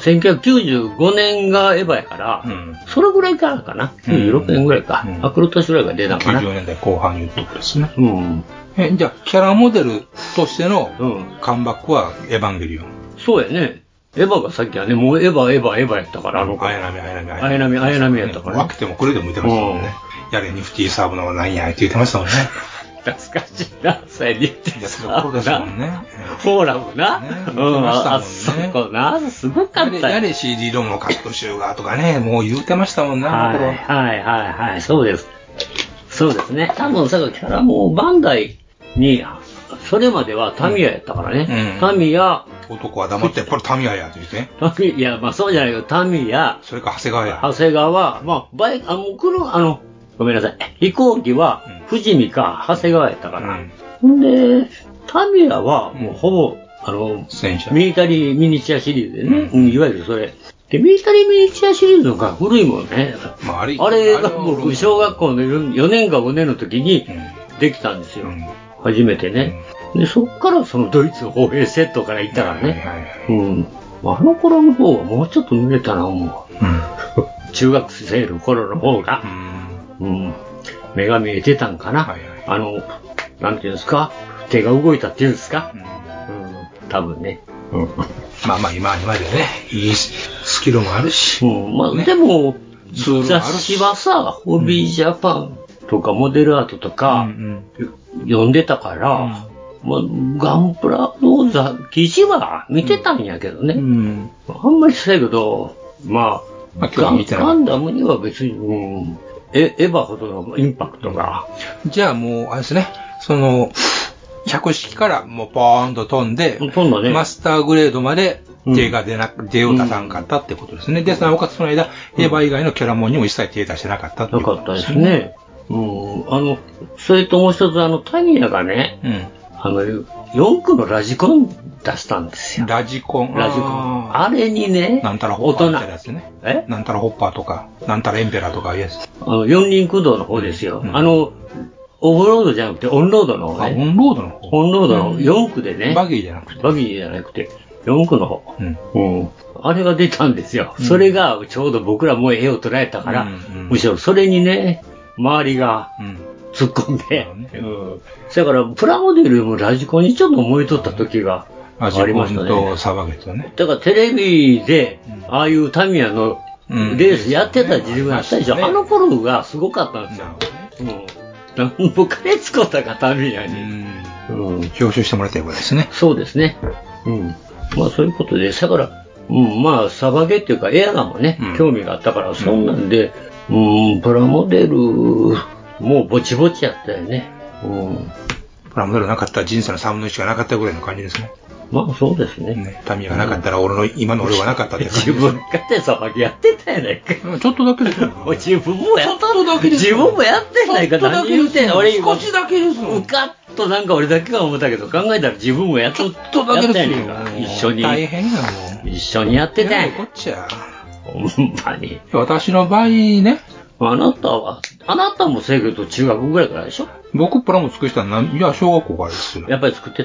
1995年がエヴァやから、それぐらいからかな。96年ぐらいか。アクロトシぐらいが出たかな。 90年代後半に言うとこですね。じゃあ、キャラモデルとしてのカムバックはエヴァンゲリオン。 そうやね。エヴァがさっきはね、もうエヴァやったから、綾波やったから。 ワクてもこれでも見てましたもんね。やれ、ニフティサーブのなんやって言ってましたもんね。 懐かしいな、それニフティサーブですもんね。 フォーラムな。そこな、すごかった。 やれ CD ロムのカット集がとかね、もう言ってましたもんね、 はい、そうです。そうですね。多分さ、キャラもバンダイに、それまではタミヤやったからね。タミヤ。 男は黙って、これタミヤやって言って。 いや、まあそうじゃないよ。タミヤ。 それか長谷川や。 長谷川、まあ、ごめんなさい。飛行機は、富士見か長谷川やったから。んで、タミヤは、もうほぼ、ミリタリーミニチュアシリーズでね。いわゆるそれ。で、ミリタリーミニチュアシリーズのが古いもんね。あれが僕、小学校の4年か5年の時にできたんですよ。初めてね。で、そっからそのドイツ歩兵セットから行ったからね。あの頃の方がもうちょっと濡れたな、思う。中学生の頃の方が。目が見えてたんかな。なんていうんですか、手が動いたっていうんですか。多分ね。 まあ今でね、いいスキルもあるし。 でも、雑誌はさ、ホビージャパンとかモデルアートとか読んでたから、ガンプラの記事は見てたんやけどね。あんまりそうやけど、ガンダムには別に、エヴァほどのインパクトが。 じゃあもう、あれですね、百式からもうポーンと飛んで、マスターグレードまで手を出さんかったってことですね。で、なおかつその間、エヴァ以外のキャラモンにも一切手出してなかったってことですね。 なかったですね。それともう一つ、タミヤがね、4区のラジコン出したんですよ。 ラジコン。 あれにね、 なんたらホッパーみたいなやつね。なんたらホッパーとか、なんたらエンペラーとかいうやつ。 四輪駆動の方ですよ。オフロードじゃなくてオンロードの方ね。 オンロードの方？ オンロードの4区でね。 バギーじゃなくて。 4区の方。あれが出たんですよ。それがちょうど僕らも絵を捉えたから、むしろそれにね、周りが突っ込んで、だからプラモデルよりもラジコンにちょっと燃えとった時がありましたね。 とサバゲットね。 だからテレビで、ああいうタミヤのレースやってた時代があったでしょ。あの頃がすごかったんですよ。何も金使ったかタミヤに。 表彰してもらったようですね。 そうですね。そういうことで、だから、サバゲっていうかエアガンもね、興味があったから、そんなんで、プラモデル、もうぼちぼちやったよね。 プラモデルなかったら人生の3分の1がなかったぐらいの感じですね。 そうですね。 タミヤがなかったら今の俺はなかったって感じ。 自分かってサバゲやってたやないか。 ちょっとだけですよ。 自分もやってないか何言うてんの。俺少しだけですうかっとなんか俺だけが思ったけど、考えたら自分もやっとだけですよ。一緒に。 大変やもん。 一緒にやってたんや。 こっちゃ。 ほんまに。 私の場合ね。 あなたもせやけど中学ぐらいからでしょ？ 僕プラモ作ったの小学校からですよ。 やっぱり作ってた。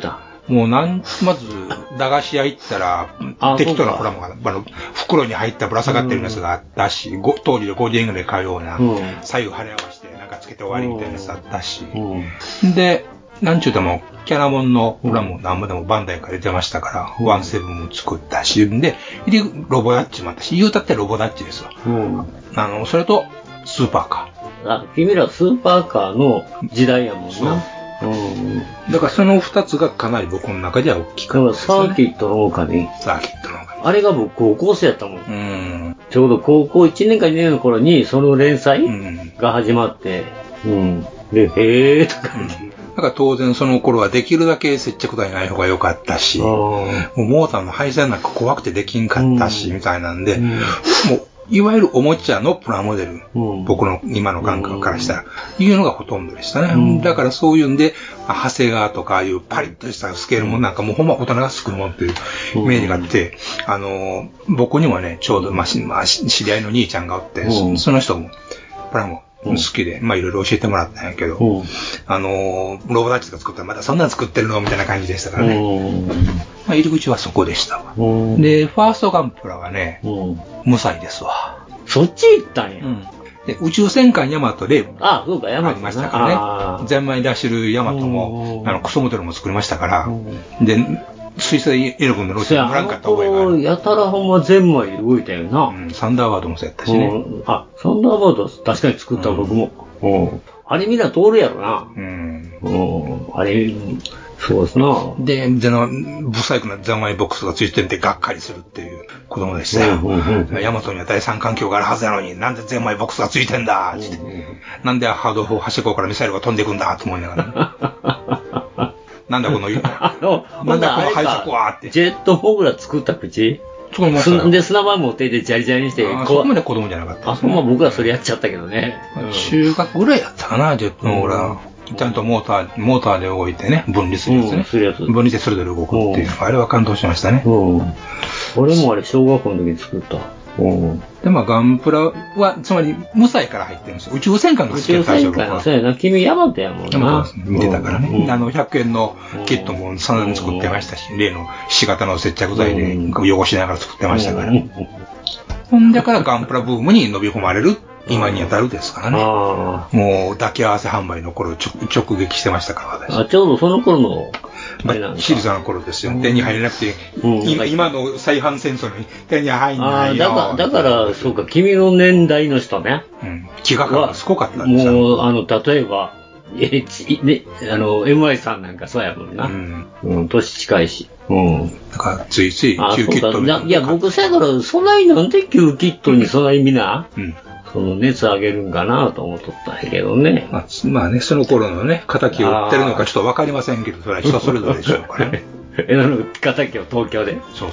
もうまず、駄菓子屋行ったら、適当なプラモが、袋に入ったぶら下がってるやつがあったし、当時で50円ぐらい買うような、左右貼り合わせて、なんかつけて終わりみたいなやつあったし、で、なんちゅうても、キャラモンのプラモなんぼでもバンダイから出てましたから、ワンセブンも作ったし、で、ロボダッチもあったし、言うたってロボダッチですわ。それと、スーパーカー。君らスーパーカーの時代やもんな。 だからその2つがかなり僕の中では大きかったですね。 サーキットの狼。 サーキットの狼。 あれが僕高校生やったもん。ちょうど高校1年か2年の頃にその連載が始まって、で、へーとか。 だから当然その頃はできるだけ接着剤ない方が良かったし、もうモーターの配線なんか怖くてできんかったし、みたいなんで、もういわゆるおもちゃのプラモデル、僕の今の感覚からしたら、いうのがほとんどでしたね。だからそういうんで、長谷川とかああいうパリッとしたスケールもなんかもうほんま大人が作るもんっていうイメージがあって、僕にもね、ちょうど、知り合いの兄ちゃんがおって、その人もプラモ好きで、いろいろ教えてもらったんやけど、ロボダッチが作ったらまだそんなの作ってるのみたいな感じでしたからね。入り口はそこでしたわ。で、ファーストガンプラはね、無彩ですわ。 そっち行ったんや。 で、宇宙戦艦ヤマトで、 そうか、ヤマトありましたからね。ゼンマイで走るヤマトも、クソモデルも作りましたから、で、水星エロ君のロシアに乗らんかった覚えがある。 やたらほんまゼンマイで動いたよな。 サンダーバードもそうやったしね。 サンダーバード確かに作った僕も。あれみんな通るやろな。あれ、そうですな。 で、ブサイクなゼンマイボックスがついててがっかりするっていう子供でしたよ。ヤマトには第三環境があるはずなのに、なんでゼンマイボックスがついてんだって。なんでハード4端っこからミサイルが飛んでいくんだと思いながら。なんだこの、なんだこの配色はって。 ジェットモグラ作った口作りましたよ。 で、砂場持っていてジャリジャリにして。 そこまで子供じゃなかった。 僕らそれやっちゃったけどね。 中学ぐらいやったかな、ジェットモグラ。ちゃんとモーターで動いてね、分離するやつね。分離してそれぞれ動くっていう。あれは感動しましたね。 俺もあれ小学校の時に作った。 で、ガンプラは、つまり、無彩から入ってるんですよ。宇宙戦艦が好きやったでしょ、僕は。 そうやな。君、ヤマトやもんな。 ヤマト見てたからね。100円のキットも散々作ってましたし、例のひし形の接着剤で汚しながら作ってましたから。ほんだからガンプラブームに伸び込まれる、今に当たるですからね。もう、抱き合わせ販売の頃直撃してましたから、 私。ちょうどその頃の、 シリーズの頃ですよ。手に入れなくて、今の再販戦争に手に入んないよ。 だから、そうか、君の年代の人ね。 気がかりがすごかったんですよ。 もう、例えば、MY さんなんかそうやもんな。年近いし。 だから、ついつい、旧キットいや、僕さやから、そないなんで旧キットにそないみんな、その熱上げるんかなと思っとったんやけどね。 まあね、その頃のね、仇を売ってるのかちょっとわかりませんけど、それは人それぞれでしょうからね。 江戸の仇を東京で。 そう。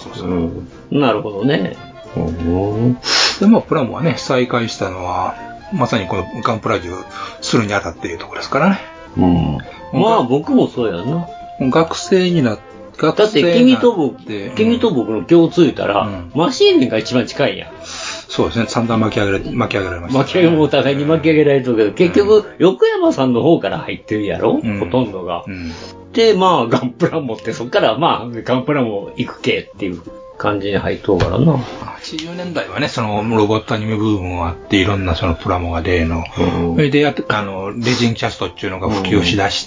なるほどね。 でも、プラモはね、再開したのは、まさにこのガンプラジオするにあたっていうところですからね。 まあ僕もそうやな。 学生になって、 だって君と僕の共通言ったら、マシーンが一番近いやん。 そうですね、散々巻き上げられました、 お互いに巻き上げられてるけど、結局、横山さんの方から入ってるやろ、ほとんどが。で、ガンプラ持って、そっからガンプラも行くけっていう感じに入っとうからな。 80年代はね、そのロボットアニメブームがあって、いろんなそのプラモが例の、それでレジンキャストっていうのが普及しだして、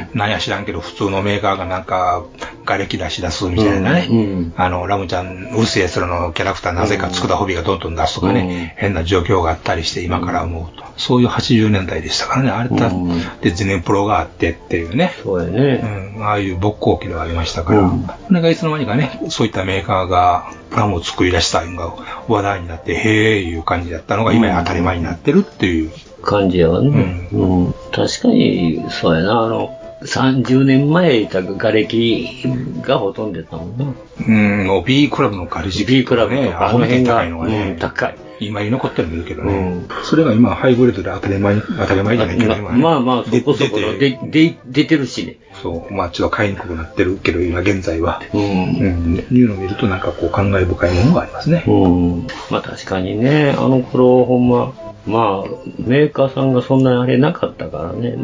何や知らんけど普通のメーカーがなんか、瓦礫出し出すみたいなね、ラムちゃん、うるせえするのキャラクターなぜか佃ホビーがどんどん出すとかね、変な状況があったりして、今から思うと。そういう80年代でしたからね、あれだってゼネプロがあってっていうね。 そうやね。 ああいう勃興期ではありましたから、それがいつの間にかね、そういったメーカーがプラモを作り出したのが話題になって、へーいう感じだったのが今や当たり前になってるっていう。 感じやわね。確かに、そうやな、30年前いた瓦礫がほとんどだったもんな。 B クラブの瓦礫。 B クラブね、 あの辺高いのがね。 高い。 今に残ってるのいるけどね。それが今ハイブリッドで当たり前じゃないけど、今ね。 まあ、そこそこ出てるしね。 そう、ちょっと買いにくくなってるけど、今現在は。いうのを見るとなんかこう感慨深いものがありますね。 確かにね、あの頃ほんま、メーカーさんがそんなにあれなかったからね。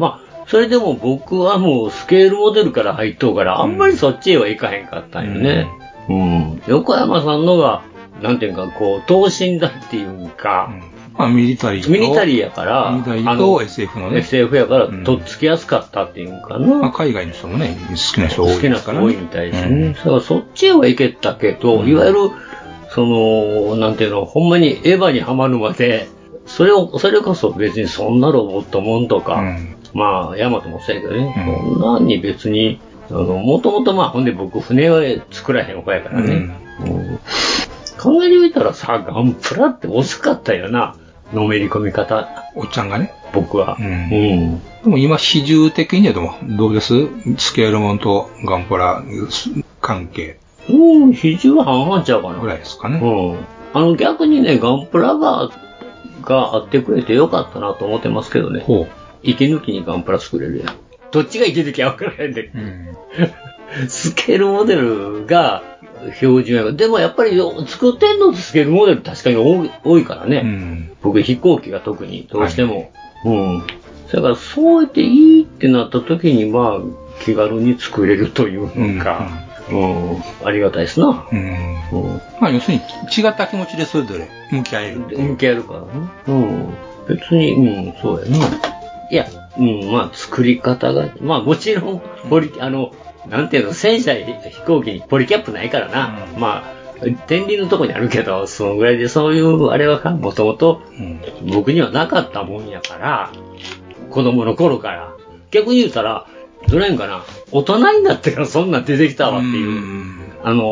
それでも僕はもうスケールモデルから入っとうから、あんまりそっちへはいかへんかったんよね。横山さんのが、なんていうか、こう、等身大っていうか、 まあ、ミリタリーやから、 ミリタリーと SF のね。 SF やから、とっつきやすかったっていうかな。 まあ、海外の人もね、好きな人多いですからね。 好きな人多いみたいですね。だからそっちへはいけたけど、いわゆる、その、なんていうの、ほんまにエヴァにはまるまで、それこそ別にそんなロボットもんとか、まあ、ヤマトもそうやけどね、そんなんに別に、もともとまあ、ほんで僕、船は作らへん方やからね。考えてみたらさ、ガンプラって遅かったよな。のめり込み方。 おっちゃんがね。 僕は。 でも今、比重的にはどうですスケールモンとガンプラ関係。 比重は半々ちゃうかな。 ぐらいですかね。 逆にね、ガンプラがあってくれてよかったなと思ってますけどね。息抜きにガンプラ作れるやん。どっちが息抜きは分からへんで。スケールモデルが標準やから。でもやっぱり作ってんのとスケールモデル確かに多いからね。僕飛行機が特にどうしても。だからそうやっていいってなった時にまあ気軽に作れるというのか。ありがたいですな。 まあ要するに違った気持ちでそれぞれ向き合える。 向き合えるからね。別に、そうやな。いや、まあ作り方が、まあもちろん、なんていうの、戦車飛行機にポリキャップないからな。まあ、天輪のとこにあるけど、そのぐらいでそういうあれはもともと僕にはなかったもんやから、子供の頃から。逆に言うたら、どれんかな、大人になってからそんなん出てきたわっていう、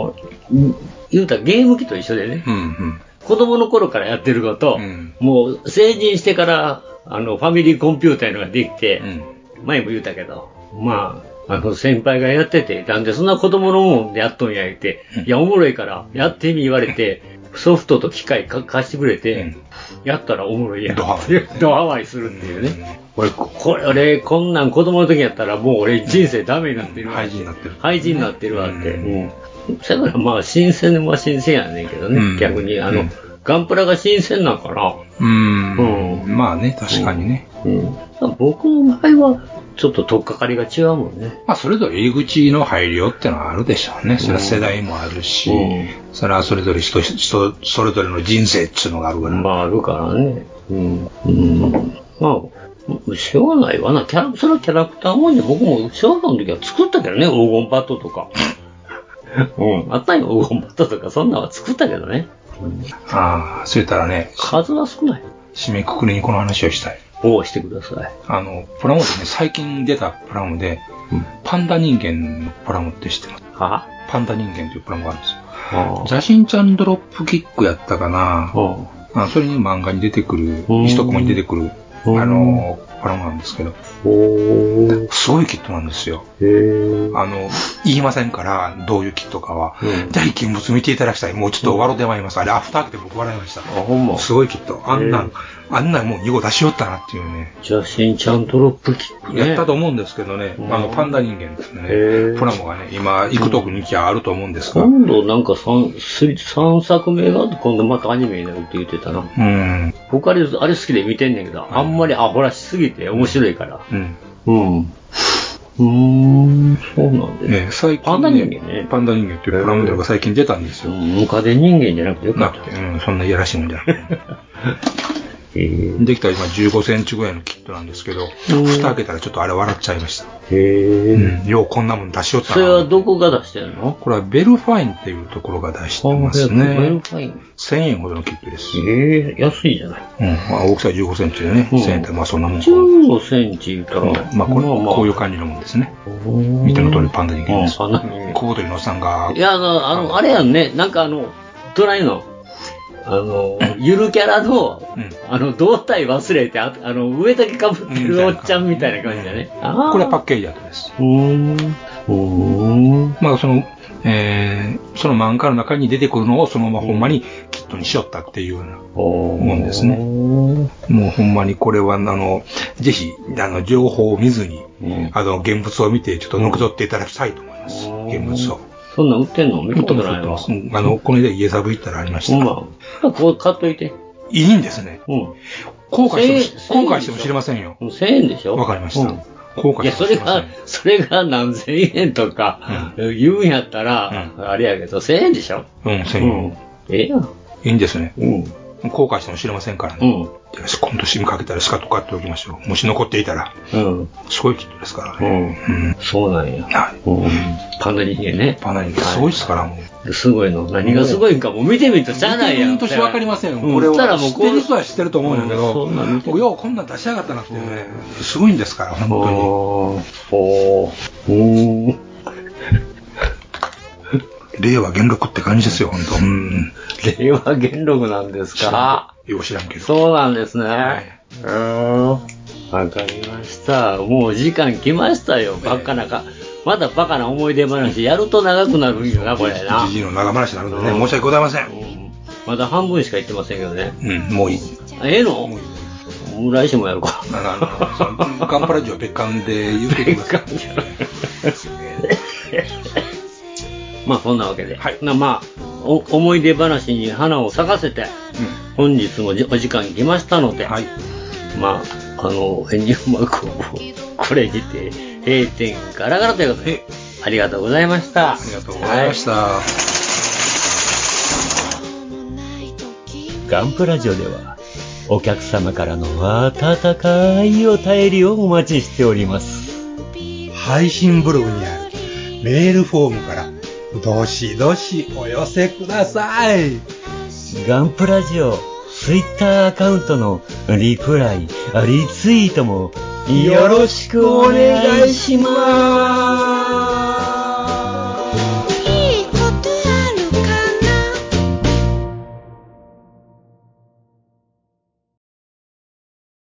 言うたらゲーム機と一緒でね、子供の頃からやってること、もう成人してから、ファミリーコンピューターのができて、前も言うたけど、まあ、先輩がやってて、なんでそんな子供のもんでやっとんや言って、いや、おもろいからやってみ言われて、ソフトと機械貸してくれて、やったらおもろいやん。ドハマりするっていうね。俺、こんなん子供の時やったらもう俺人生ダメになってるわ。廃人になってるわって。だからまあ新鮮は新鮮やねんけどね、逆に。ガンプラが新鮮なんかな。 まあね、確かにね。 僕の場合は、ちょっと取っかかりが違うもんね。 まあそれぞれ入り口の配慮ってのはあるでしょうね。それは世代もあるし、それはそれぞれ人それぞれの人生っていうのがあるから。 まああるからね。まあ、しょうがないわな。それはキャラクターもんで、僕も小学校の時は作ったけどね、黄金バットとか。あったよ、黄金バットとか、そんなのは作ったけどね。 そう言ったらね、 数は少ない。 締めくくりにこの話をしたい。 してください。 プラモでね、最近出たプラモで、パンダ人間のプラモって知ってます？パンダ人間というプラモがあるんですよ。邪神ちゃんドロップキックやったかな。それに漫画に出てくる、一コマに出てくる、プラモなんですけど、すごいキットなんですよ。言いませんから、どういうキットかは。大見物見ていただきたい。もうちょっと笑ってまいります。あれ、アフター開けて僕笑いました。すごいキット。あんなもう2号出しよったなっていうね。 邪神ちゃんドロップキックね。 やったと思うんですけどね、パンダ人間ですね。プラモがね、今、行くとこに行きゃあると思うんですが。 今度なんか3作目が今度またアニメになるって言ってたな。僕あれ好きで見てんねんけど、あんまりアホらしすぎて面白いから。そうなんですね。 最近パンダ人間ね。 パンダ人間っていうプラモデルが最近出たんですよ。 ムカデ人間じゃなくてよかった。 そんないやらしいもんじゃなくて。できたら今15センチぐらいのキットなんですけど、蓋開けたらちょっとあれ笑っちゃいました。ようこんなもん出しよったな。 それはどこが出してるの？ これはベルファインっていうところが出してますね。 ベルファイン。 1000円ほどのキットです。 安いじゃない。 大きさ15センチでね、1000円ってまあそんなもんか。 15センチ言ったら、 こういう感じのもんですね。見ての通りパンダ人間です。小太りのおっさんが。 いや、あれやんね、なんかどないのゆるキャラの、胴体忘れて、上だけ被ってるおっちゃんみたいな感じだね。 これはパッケージアートです。まあその漫画の中に出てくるのをそのままほんまにキットにしよったっていうようなもんですね。もうほんまにこれはぜひ、情報を見ずに、現物を見てちょっとのくぞっていただきたいと思います。現物を。 そんなん売ってんの見たことないわ。 この間家サブ行ったらありました。 こう買っといて。 いいんですね。後悔しても知りませんよ。 1000円でしょ？ わかりました。 いや、それが何千円とか、言うんやったら、あれやけど、1000円でしょ？ うん、1000円。 ええやん。 いいんですね。後悔しても知れませんからね。今度シムかけたらしかと買っておきましょう。もし残っていたら。すごいキットですからね。 そうなんや。パンダ人間ね。 パンダ人間。すごいですから、もう。すごいの。何がすごいんかもう見てみるとしゃあないやん。 見てみるとわかりませんよ。これは知ってる人は知ってると思うんだけど、ようこんなん出し上がったなっていうね、すごいんですから、本当に。令和元禄って感じですよ、本当。 令和元禄なんですか？ よう知らんけど。 そうなんですね。わかりました。もう時間来ましたよ。まだバカな思い出話やると長くなるんよな、これな。 じじいの長話になるんでね、申し訳ございません。 まだ半分しか言ってませんけどね。 もういい。 ええの？来週もやるか。 ガンプラジオ別館で言うてください。 まあそんなわけで、まあ思い出話に花を咲かせて、本日もお時間来ましたので、まあエニグマ工房これにて閉店ガラガラということで、ありがとうございました。 ありがとうございました。 ガンプラジオではお客様からの温かいお便りをお待ちしております。 配信ブログにあるメールフォームからどしどしお寄せください。 ガンプラジオツイッターアカウントのリプライ、リツイートもよろしくお願いしま